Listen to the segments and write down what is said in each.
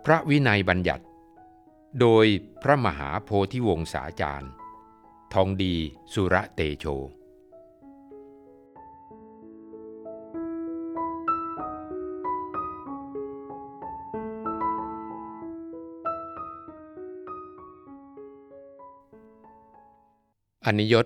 ระวินัยบัญญัติโดยพระมหาโพธิวงศาจารย์ทองดีสุระเตโชอนิยต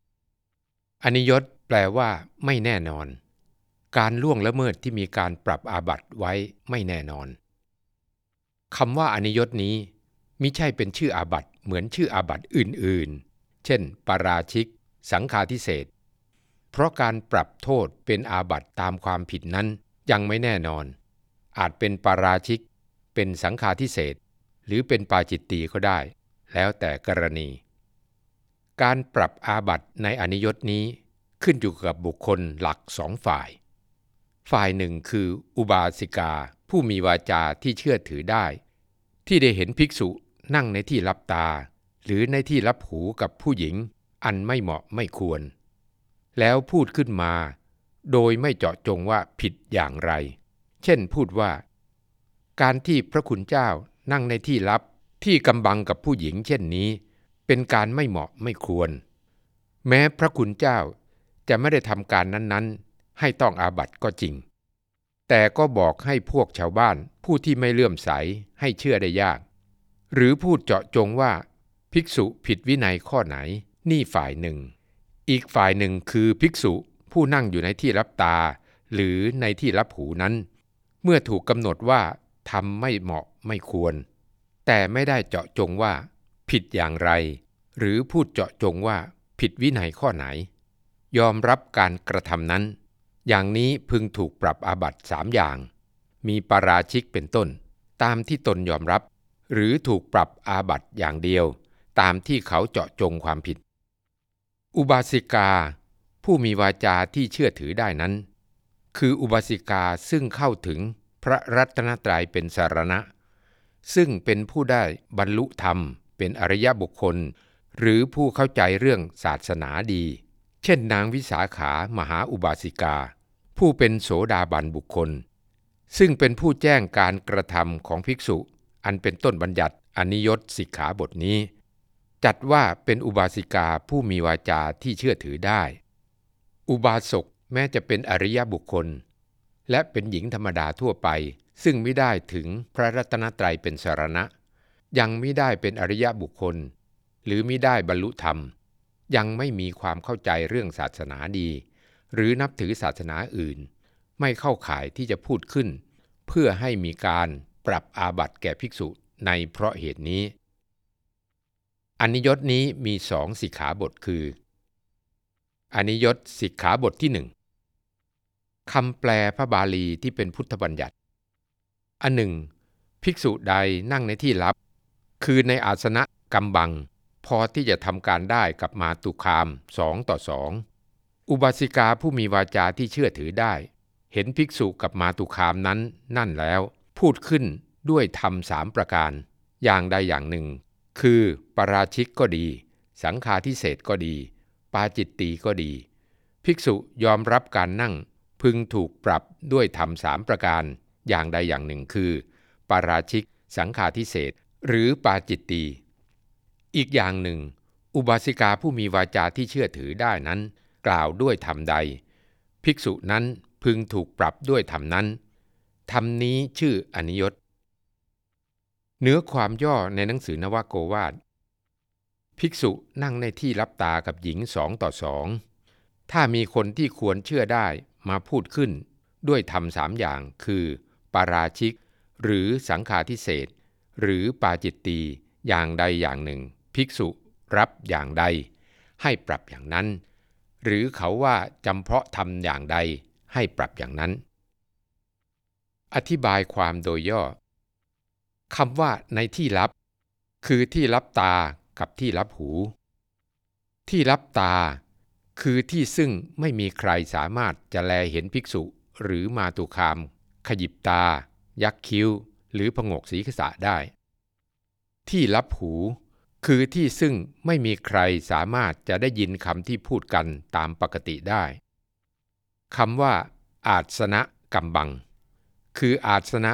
แปลว่าไม่แน่นอนการล่วงละเมิดที่มีการปรับอาบัติไว้ไม่แน่นอนคำว่าอนิยตนี้มิใช่เป็นชื่ออาบัติเหมือนชื่ออาบัติอื่นๆเช่นปาราชิกสังฆาทิเศษเพราะการปรับโทษเป็นอาบัติตามความผิดนั้นยังไม่แน่นอนอาจเป็นปาราชิกเป็นสังฆาทิเศษหรือเป็นปาจิตตีก็ได้แล้วแต่กรณีการปรับอาบัติในอนิยตนี้ขึ้นอยู่กับบุคคลหลักสองฝ่ายหนึ่งคืออุบาสิกาผู้มีวาจาที่เชื่อถือได้ที่ได้เห็นภิกษุนั่งในที่ลับตาหรือในที่ลับหูกับผู้หญิงอันไม่เหมาะไม่ควรแล้วพูดขึ้นมาโดยไม่เจาะจงว่าผิดอย่างไรเช่นพูดว่าการที่พระคุณเจ้านั่งในที่ลับที่กำบังกับผู้หญิงเช่นนี้เป็นการไม่เหมาะไม่ควรแม้พระคุณเจ้าจะไม่ได้ทำการนั้นๆให้ต้องอาบัติก็จริงแต่ก็บอกให้พวกชาวบ้านผู้ที่ไม่เลื่อมใสให้เชื่อได้ยากหรือพูดเจาะจงว่าภิกษุผิดวินัยข้อไหนนี่ฝ่ายหนึ่งอีกฝ่ายหนึ่งคือภิกษุผู้นั่งอยู่ในที่ลับตาหรือในที่ลับหูนั้นเมื่อถูกกำหนดว่าทำไม่เหมาะไม่ควรแต่ไม่ได้เจาะจงว่าผิดอย่างไรหรือพูดเจาะจงว่าผิดวินัยข้อไหนยอมรับการกระทำนั้นอย่างนี้พึงถูกปรับอาบัติ3อย่างมีปาราชิกเป็นต้นตามที่ตนยอมรับหรือถูกปรับอาบัติอย่างเดียวตามที่เขาเจาะจงความผิดอุบาสิกาผู้มีวาจาที่เชื่อถือได้นั้นคืออุบาสิกาซึ่งเข้าถึงพระรัตนตรัยเป็นสรณะซึ่งเป็นผู้ได้บรรลุธรรมเป็นอริยบุคคลหรือผู้เข้าใจเรื่องศาสนาดีเช่นนางวิสาขามหาอุบาสิกาผู้เป็นโสดาบันบุคคลซึ่งเป็นผู้แจ้งการกระทำของภิกษุอันเป็นต้นบัญญัติอนิยตสิกขาบทนี้จัดว่าเป็นอุบาสิกาผู้มีวาจาที่เชื่อถือได้อุบาสกแม้จะเป็นอริยบุคคลและเป็นหญิงธรรมดาทั่วไปซึ่งไม่ได้ถึงพระรัตนตรัยเป็นสรณะยังไม่ได้เป็นอริยบุคคลหรือมิได้บรรลุธรรมยังไม่มีความเข้าใจเรื่องศาสนาดีหรือนับถือศาสนาอื่นไม่เข้าข่ายที่จะพูดขึ้นเพื่อให้มีการปรับอาบัติแก่ภิกษุในเพราะเหตุนี้อนิยตนี้มี2สิกขาบทคืออนิยตสิกขาบทที่1คำแปลพระบาลีที่เป็นพุทธบัญญัติอันหนึ่งภิกษุใดนั่งในที่ลับคือในอาสนะกำบังพอที่จะทำการได้กับมาตุคาม2:2อุบาสิกาผู้มีวาจาที่เชื่อถือได้เห็นภิกษุกับมาตุคามนั้นนั่นแล้วพูดขึ้นด้วยธรรม3ประการอย่างใดอย่างหนึ่งคือปาราชิกก็ดีสังฆาทิเศษก็ดีปาจิตตีก็ดีภิกษุยอมรับการนั่งพึงถูกปรับด้วยธรรม3ประการอย่างใดอย่างหนึ่งคือปาราชิกสังฆาทิเศษหรือปาจิตตีอีกอย่างหนึ่งอุบาสิกาผู้มีวาจาที่เชื่อถือได้นั้นกล่าวด้วยธรรมใดภิกษุนั้นพึงถูกปรับด้วยธรรมนั้นธรรมนี้ชื่ออนิยตเนื้อความย่อในหนังสือนวโกวาทภิกษุนั่งในที่ลับตากับหญิง2:2ถ้ามีคนที่ควรเชื่อได้มาพูดขึ้นด้วยธรรม3อย่างคือปาราชิกหรือสังฆาทิเศษหรือปาจิตตีอย่างใดอย่างหนึ่งภิกษุรับอย่างใดให้ปรับอย่างนั้นหรือเขาว่าจำเพาะทำอย่างใดให้ปรับอย่างนั้นอธิบายความโดยย่อคำว่าในที่ลับคือที่ลับตากับที่ลับหูที่ลับตาคือที่ซึ่งไม่มีใครสามารถจะแลเห็นภิกษุหรือมาตุคามขยิบตายักคิ้วหรือผงกศีรษะได้ที่ลับหูคือที่ซึ่งไม่มีใครสามารถจะได้ยินคำที่พูดกันตามปกติได้คำว่าอาสนะกำบังคืออาสนะ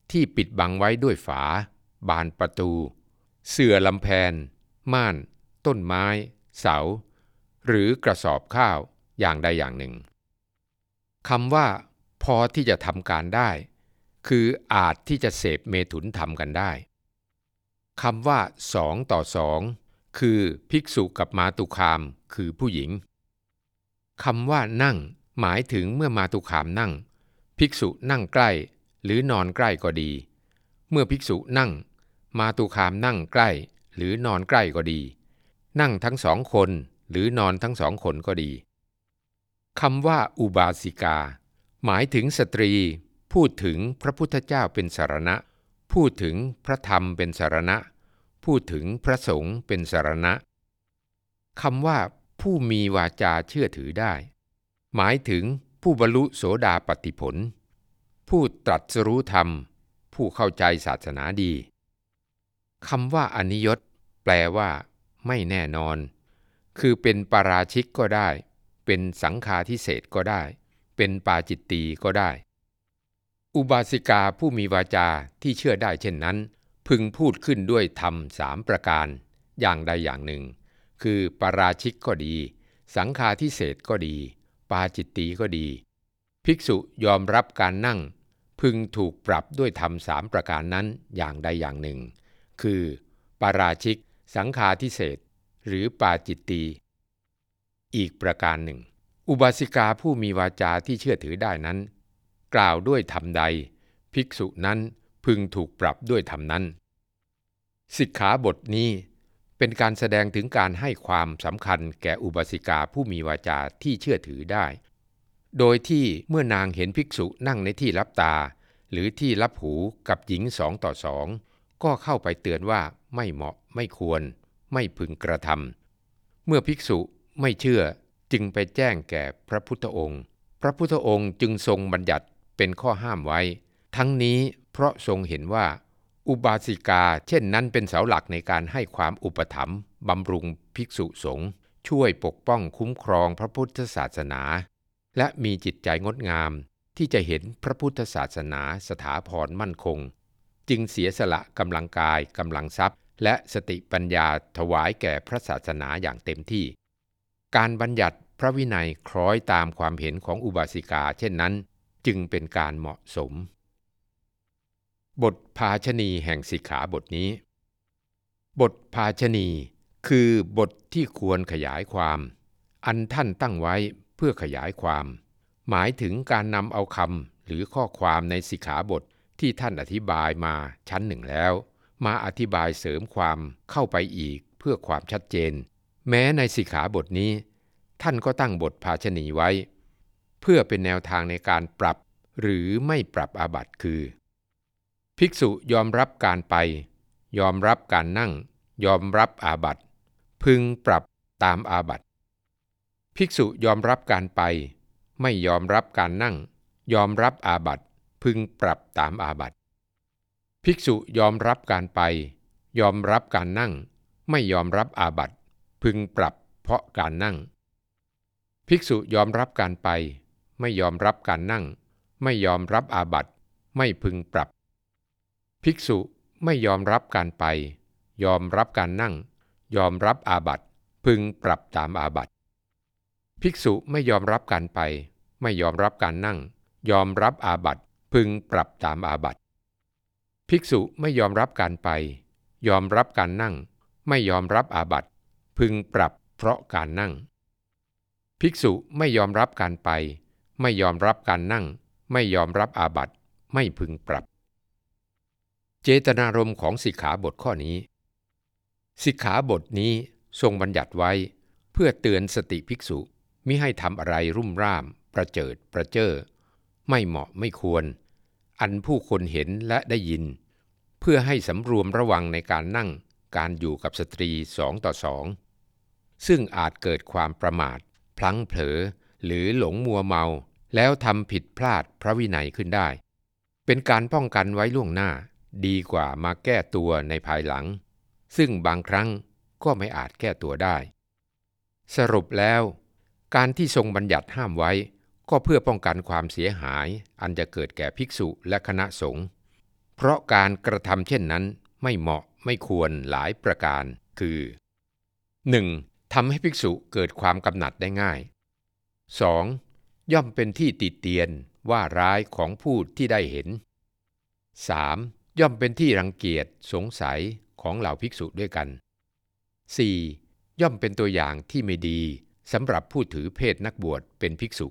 ที่ปิดบังไว้ด้วยฝาบานประตูเสื่อลำแพนม่านต้นไม้เสาหรือกระสอบข้าวอย่างใดอย่างหนึ่งคำว่าพอที่จะทำการได้คืออาจที่จะเสพเมถุนทำกันได้คำว่า2:2คือภิกษุกับมาตุคามคือผู้หญิงคำว่านั่งหมายถึงเมื่อมาตุคามนั่งภิกษุนั่งใกล้หรือนอนใกล้ก็ดีเมื่อภิกษุนั่งมาตุคามนั่งใกล้หรือนอนใกล้ก็ดีนั่งทั้งสองคนหรือนอนทั้งสองคนก็ดีคำว่าอุบาสิกาหมายถึงสตรีพูดถึงพระพุทธเจ้าเป็นสรณะพูดถึงพระธรรมเป็นสรณะพูดถึงพระสงฆ์เป็นสรณะคำว่าผู้มีวาจาเชื่อถือได้หมายถึงผู้บรรลุโสดาปัตติผลผู้ตรัสรู้ธรรมผู้เข้าใจศาสนาดีคำว่าอนิยตแปลว่าไม่แน่นอนคือเป็นปาราชิกก็ได้เป็นสังฆาทิเศษก็ได้เป็นปาจิตตีก็ได้อุบาสิกาผู้มีวาจาที่เชื่อได้เช่นนั้นพึงพูดขึ้นด้วยธรรม3ประการอย่างใดอย่างหนึ่งคือปาราชิกก็ดีสังฆาทิเศษก็ดีปาจิตตีก็ดีภิกษุยอมรับการนั่งพึงถูกปรับด้วยธรรม3ประการนั้นอย่างใดอย่างหนึ่งคือปาราชิกสังฆาทิเศษหรือปาจิตตีอีกประการหนึ่งอุบาสิกาผู้มีวาจาที่เชื่อถือได้นั้นกล่าวด้วยธรรมใดภิกษุนั้นพึงถูกปรับด้วยธรรมนั้นสิกขาบทนี้เป็นการแสดงถึงการให้ความสำคัญแก่อุบาสิกาผู้มีวาจาที่เชื่อถือได้โดยที่เมื่อนางเห็นภิกษุนั่งในที่ลับตาหรือที่ลับหูกับหญิง2:2ก็เข้าไปเตือนว่าไม่เหมาะไม่ควรไม่พึงกระทำเมื่อภิกษุไม่เชื่อจึงไปแจ้งแก่พระพุทธองค์พระพุทธองค์จึงทรงบัญญัติเป็นข้อห้ามไว้ทั้งนี้เพราะทรงเห็นว่าอุบาสิกาเช่นนั้นเป็นเสาหลักในการให้ความอุปถัมภ์บำรุงภิกษุสงฆ์ช่วยปกป้องคุ้มครองพระพุทธศาสนาและมีจิตใจงดงามที่จะเห็นพระพุทธศาสนาสถาพรมั่นคงจึงเสียสละกำลังกายกำลังทรัพย์และสติปัญญาถวายแก่พระศาสนาอย่างเต็มที่การบัญญัติพระวินัยคล้อยตามความเห็นของอุบาสิกาเช่นนั้นจึงเป็นการเหมาะสมบทภาชณีแห่งสิกขาบทนี้บทภาชณีคือบทที่ควรขยายความอันท่านตั้งไว้เพื่อขยายความหมายถึงการนำเอาคำหรือข้อความในสิกขาบทที่ท่านอธิบายมาชั้นหนึ่งแล้วมาอธิบายเสริมความเข้าไปอีกเพื่อความชัดเจนแม้ในสิกขาบทนี้ท่านก็ตั้งบทภาชณีไว้เพื่อเป็นแนวทางในการปรับหรือไม่ปรับอาบัติคือภิกษุยอมรับการไปยอมรับการนั่งยอมรับอาบัติพึงปรับตามอาบัติภิกษุยอมรับการไปไม่ยอมรับการนั่งยอมรับอาบัติพึงปรับตามอาบัติภิกษุยอมรับการไปยอมรับการนั่งไม่ยอมรับอาบัติพึงปรับเพราะการนั่งภิกษุยอมรับการไปไม่ยอมรับการนั่งไม่ยอมรับอาบัติไม่พึงปรับภิกษุไม่ยอมรับการไปยอมรับการนั่งยอมรับอาบัติพึงปรับตามอาบัติภิกษุไม่ยอมรับการไปไม่ยอมรับการนั่งยอมรับอาบัติพึงปรับตามอาบัติภิกษุไม่ยอมรับการไปยอมรับการนั่งไม่ยอมรับอาบัติพึงปรับเพราะการนั่งภิกษุไม่ยอมรับการไปไม่ยอมรับการนั่งไม่ยอมรับอาบัติไม่พึงปรับเจตนารมณ์ของสิกขาบทข้อนี้สิกขาบทนี้ทรงบัญญัติไว้เพื่อเตือนสติภิกษุมิให้ทำอะไรรุ่มร่ามประเจิดประเจ้อไม่เหมาะไม่ควรอันผู้คนเห็นและได้ยินเพื่อให้สำรวมระวังในการนั่งการอยู่กับสตรี2:2ซึ่งอาจเกิดความประมาทพลั้งเผลอหรือหลงมัวเมาแล้วทำผิดพลาดพระวินัยขึ้นได้เป็นการป้องกันไว้ล่วงหน้าดีกว่ามาแก้ตัวในภายหลังซึ่งบางครั้งก็ไม่อาจแก้ตัวได้สรุปแล้วการที่ทรงบัญญัติห้ามไว้ก็เพื่อป้องกันความเสียหายอันจะเกิดแก่ภิกษุและคณะสงฆ์เพราะการกระทำเช่นนั้นไม่เหมาะไม่ควรหลายประการคือ 1. ทำให้ภิกษุเกิดความกำหนัดได้ง่าย 2. ย่อมเป็นที่ติเตียนว่าร้ายของผู้ที่ได้เห็น 3. ย่อมเป็นที่รังเกียจสงสัยของเหล่าภิกษุด้วยกัน 4. ย่อมเป็นตัวอย่างที่ไม่ดีสำหรับผู้ถือเพศนักบวชเป็นภิกษุ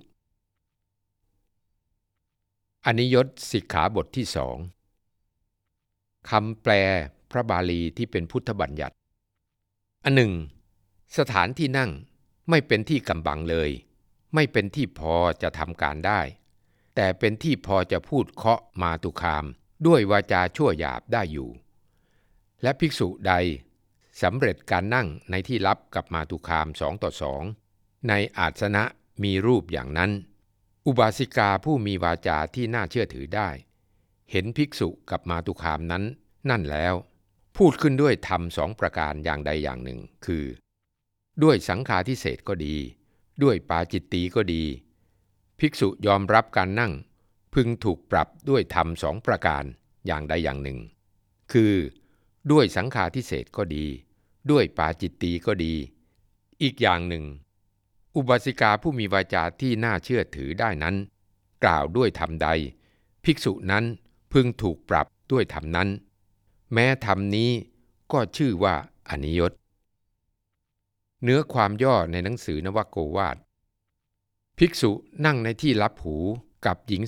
อนิยตสิกขาบทที่สองคำแปลพระบาลีที่เป็นพุทธบัญญัติอันหนึ่งสถานที่นั่งไม่เป็นที่กำบังเลยไม่เป็นที่พอจะทำการได้แต่เป็นที่พอจะพูดเคาะมาตุคามด้วยวาจาชั่วหยาบได้อยู่และภิกษุใดสำเร็จการนั่งในที่ลับกับมาตุคาม2:2ในอาสนะมีรูปอย่างนั้นอุบาสิกาผู้มีวาจาที่น่าเชื่อถือได้เห็นภิกษุกับมาตุคามนั้นนั่นแล้วพูดขึ้นด้วยธรรม2ประการอย่างใดอย่างหนึ่งคือด้วยสังฆาทิเศษก็ดีด้วยปาจิตตีก็ดีภิกษุยอมรับการนั่งพึงถูกปรับด้วยธรรม2ประการอย่างใดอย่างหนึ่งคือด้วยสังฆาทิเศษก็ดีด้วยปาจิตตีก็ดีอีกอย่างหนึ่งอุบาสิกาผู้มีวาจาที่น่าเชื่อถือได้นั้นกล่าวด้วยธรรมใดภิกษุนั้นพึงถูกปรับด้วยธรรมนั้นแม้ธรรมนี้ก็ชื่อว่าอนิยตเนื้อความย่อในหนังสือนวโกวาทภิกษุนั่งในที่ลับหูกับหญิง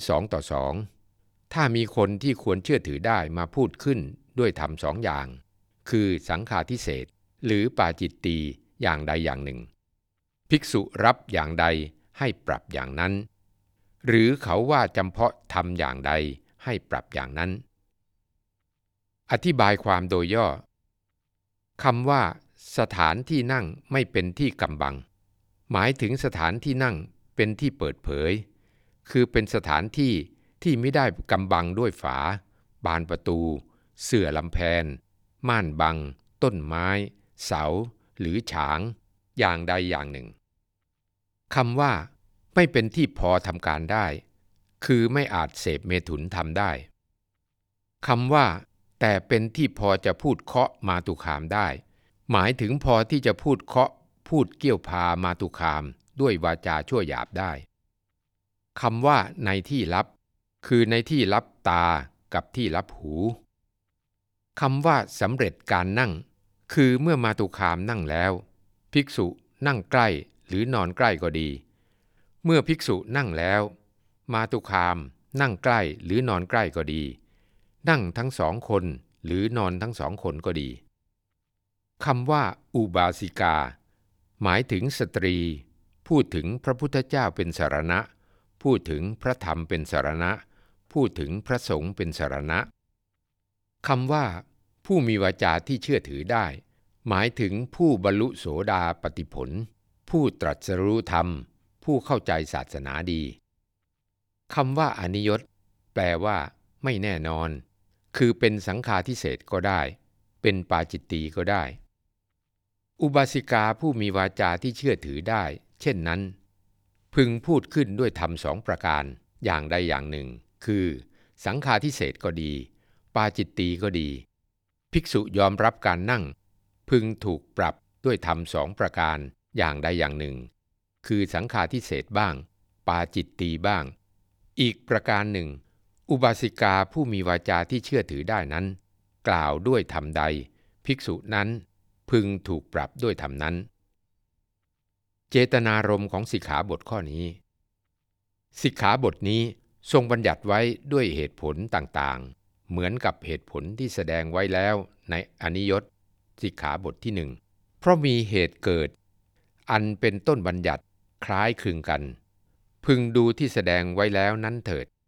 2:2ถ้ามีคนที่ควรเชื่อถือได้มาพูดขึ้นด้วยธรรม2อย่างคือสังฆาทิเศษหรือปาจิตตีอย่างใดอย่างหนึ่งภิกษุรับอย่างใดให้ปรับอย่างนั้นหรือเขาว่าจำเพาะทำอย่างใดให้ปรับอย่างนั้นอธิบายความโดยย่อคำว่าสถานที่นั่งไม่เป็นที่กำบังหมายถึงสถานที่นั่งเป็นที่เปิดเผยคือเป็นสถานที่ที่ไม่ได้กำบังด้วยฝาบานประตูเสื่อลำแพนม่านบังต้นไม้เสาหรือฉางอย่างใดอย่างหนึ่งคำว่าไม่เป็นที่พอทำการได้คือไม่อาจเสพเมถุนทำได้คำว่าแต่เป็นที่พอจะพูดเคาะมาตุคามได้หมายถึงพอที่จะพูดเคาะพูดเกี่ยวพามาตุคามด้วยวาจาชั่วหยาบได้คำว่าในที่ลับคือในที่ลับตากับที่ลับหูคำว่าสำเร็จการนั่งคือเมื่อมาตุคามนั่งแล้วภิกษุนั่งใกล้หรือนอนใกล้ก็ดีเมื่อภิกษุนั่งแล้วมาตุคามนั่งใกล้หรือนอนใกล้ก็ดีนั่งทั้งสองคนหรือนอนทั้งสองคนก็ดีคำว่าอุบาสิกาหมายถึงสตรีพูดถึงพระพุทธเจ้าเป็นสรณะพูดถึงพระธรรมเป็นสรณะพูดถึงพระสงฆ์เป็นสรณะคำว่าผู้มีวาจาที่เชื่อถือได้หมายถึงผู้บรรลุโสดาปัตติผลผู้ตรัสรู้ธรรมผู้เข้าใจศาสนาดีคำว่าอนิยตแปลว่าไม่แน่นอนคือเป็นสังฆาทิเศษก็ได้เป็นปาจิตตีก็ได้อุบาสิกาผู้มีวาจาที่เชื่อถือได้เช่นนั้นพึงพูดขึ้นด้วยธรรม2ประการอย่างใดอย่างหนึ่งคือสังฆาทิเศษก็ดีปาจิตตีก็ดีภิกษุยอมรับการนั่งพึงถูกปรับด้วยธรรม2ประการอย่างใดอย่างหนึ่งคือสังฆาทิเศษบ้างปาจิตตีบ้างอีกประการหนึ่งอุบาสิกาผู้มีวาจาที่เชื่อถือได้นั้นกล่าวด้วยธรรมใดภิกษุนั้นพึงถูกปรับด้วยธรรมนั้นเจตนารมณ์ของสิกขาบทข้อนี้สิกขาบทนี้ทรงบัญญัติไว้ด้วยเหตุผลต่างๆเหมือนกับเหตุผลที่แสดงไว้แล้วในอนิยตสิกขาบทที่1เพราะมีเหตุเกิดอันเป็นต้นบัญญัติคล้ายคลึงกันพึงดูที่แสดงไว้แล้วนั้นเถิด